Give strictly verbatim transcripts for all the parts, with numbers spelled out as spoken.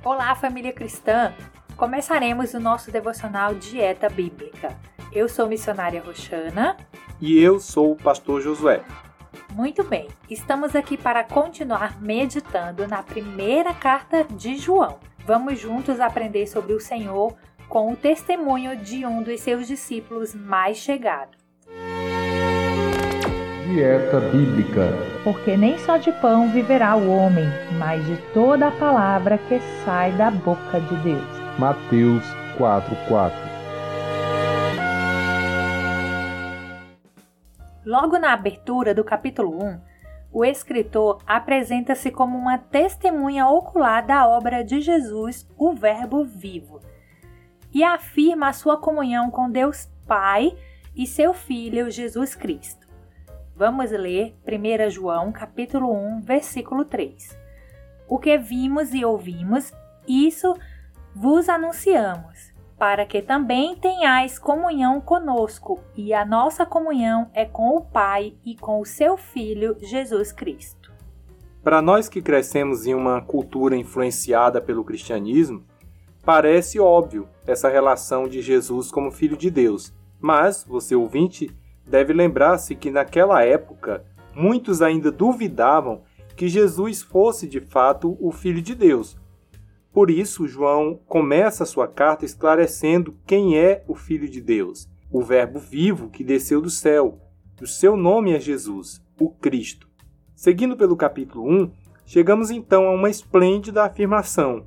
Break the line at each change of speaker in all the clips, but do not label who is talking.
Olá, família cristã! Começaremos o nosso devocional Dieta Bíblica. Eu sou missionária Roxana.
E eu sou o pastor Josué.
Muito bem, estamos aqui para continuar meditando na primeira carta de João. Vamos juntos aprender sobre o Senhor com o testemunho de um dos seus discípulos mais chegados.
Dieta Bíblica.
Porque nem só de pão viverá o homem, mas de toda a palavra que sai da boca de Deus.
Mateus quatro, quatro.
Logo na abertura do capítulo um, o escritor apresenta-se como uma testemunha ocular da obra de Jesus, o Verbo vivo, e afirma a sua comunhão com Deus Pai e seu Filho Jesus Cristo. Vamos ler primeiro João, capítulo um, versículo três. O que vimos e ouvimos, isso vos anunciamos, para que também tenhais comunhão conosco, e a nossa comunhão é com o Pai e com o seu Filho, Jesus Cristo.
Para nós que crescemos em uma cultura influenciada pelo cristianismo, parece óbvio essa relação de Jesus como Filho de Deus, mas, você ouvinte, deve lembrar-se que naquela época, muitos ainda duvidavam que Jesus fosse de fato o Filho de Deus. Por isso, João começa a sua carta esclarecendo quem é o Filho de Deus, o Verbo vivo que desceu do céu. O seu nome é Jesus, o Cristo. Seguindo pelo capítulo um, chegamos então a uma esplêndida afirmação: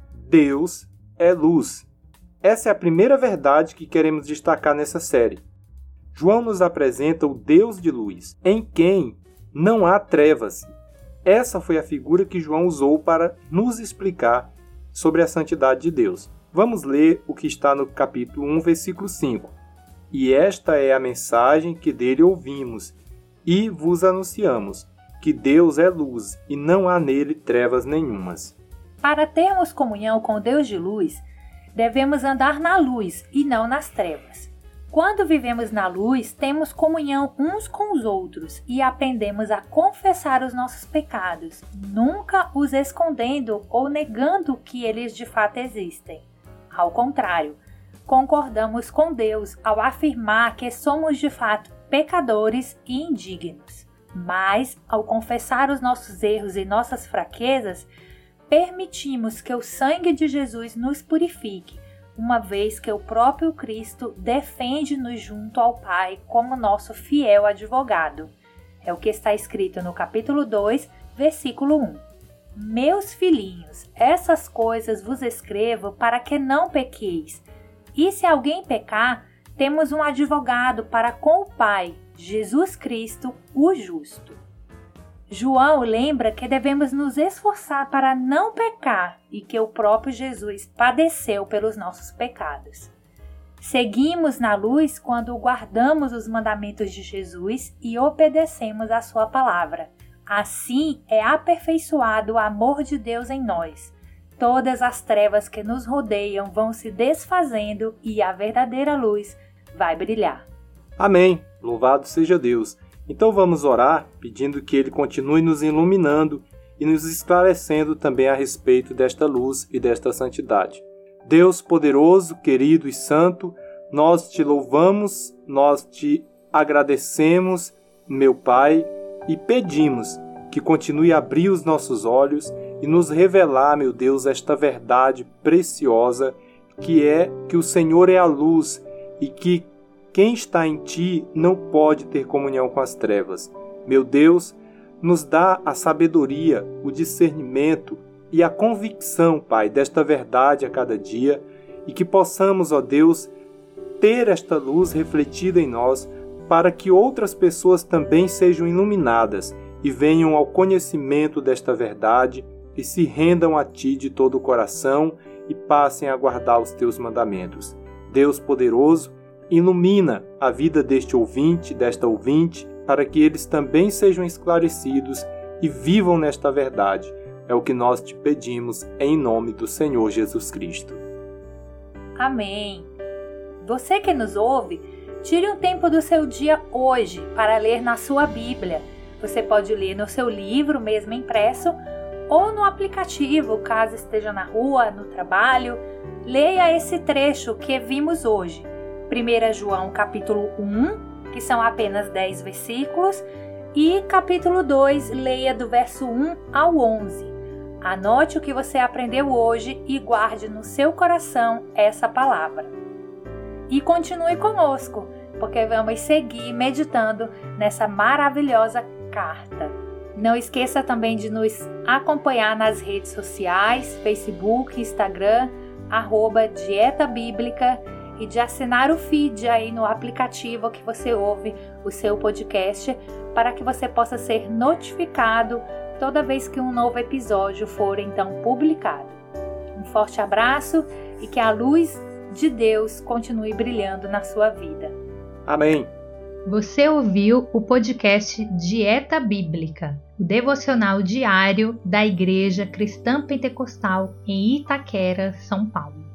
Deus é luz. Essa é a primeira verdade que queremos destacar nessa série. João nos apresenta o Deus de luz, em quem não há trevas. Essa foi a figura que João usou para nos explicar sobre a santidade de Deus. Vamos ler o que está no capítulo um, versículo cinco. E esta é a mensagem que dele ouvimos e vos anunciamos, que Deus é luz e não há nele trevas nenhumas.
Para termos comunhão com Deus de luz, devemos andar na luz e não nas trevas. Quando vivemos na luz, temos comunhão uns com os outros e aprendemos a confessar os nossos pecados, nunca os escondendo ou negando que eles de fato existem. Ao contrário, concordamos com Deus ao afirmar que somos de fato pecadores e indignos. Mas, ao confessar os nossos erros e nossas fraquezas, permitimos que o sangue de Jesus nos purifique, uma vez que o próprio Cristo defende-nos junto ao Pai como nosso fiel advogado. É o que está escrito no capítulo dois, versículo um. Meus filhinhos, essas coisas vos escrevo para que não pequeis. E se alguém pecar, temos um advogado para com o Pai, Jesus Cristo, o justo. João lembra que devemos nos esforçar para não pecar e que o próprio Jesus padeceu pelos nossos pecados. Seguimos na luz quando guardamos os mandamentos de Jesus e obedecemos à sua palavra. Assim é aperfeiçoado o amor de Deus em nós. Todas as trevas que nos rodeiam vão se desfazendo e a verdadeira luz vai brilhar.
Amém! Louvado seja Deus! Então vamos orar pedindo que Ele continue nos iluminando e nos esclarecendo também a respeito desta luz e desta santidade. Deus poderoso, querido e santo, nós te louvamos, nós te agradecemos, meu Pai, e pedimos que continue a abrir os nossos olhos e nos revelar, meu Deus, esta verdade preciosa que é que o Senhor é a luz e que quem está em ti não pode ter comunhão com as trevas. Meu Deus, nos dá a sabedoria, o discernimento e a convicção, Pai, desta verdade a cada dia e que possamos, ó Deus, ter esta luz refletida em nós para que outras pessoas também sejam iluminadas e venham ao conhecimento desta verdade e se rendam a Ti de todo o coração e passem a guardar os Teus mandamentos. Deus poderoso, ilumina a vida deste ouvinte, desta ouvinte, para que eles também sejam esclarecidos e vivam nesta verdade. É o que nós te pedimos em nome do Senhor Jesus Cristo.
Amém. Você que nos ouve, tire um tempo do seu dia hoje para ler na sua Bíblia. Você pode ler no seu livro, mesmo impresso, ou no aplicativo, caso esteja na rua, no trabalho, leia esse trecho que vimos hoje. primeiro João capítulo um, que são apenas dez versículos, e capítulo dois, leia do verso um ao onze. Anote o que você aprendeu hoje e guarde no seu coração essa palavra. E continue conosco, porque vamos seguir meditando nessa maravilhosa carta. Não esqueça também de nos acompanhar nas redes sociais, Facebook, Instagram, arroba Dieta Bíblica, e de assinar o feed aí no aplicativo que você ouve o seu podcast, para que você possa ser notificado toda vez que um novo episódio for então publicado. Um forte abraço e que a luz de Deus continue brilhando na sua vida.
Amém.
Você ouviu o podcast Dieta Bíblica, o devocional diário da Igreja Cristã Pentecostal em Itaquera, São Paulo.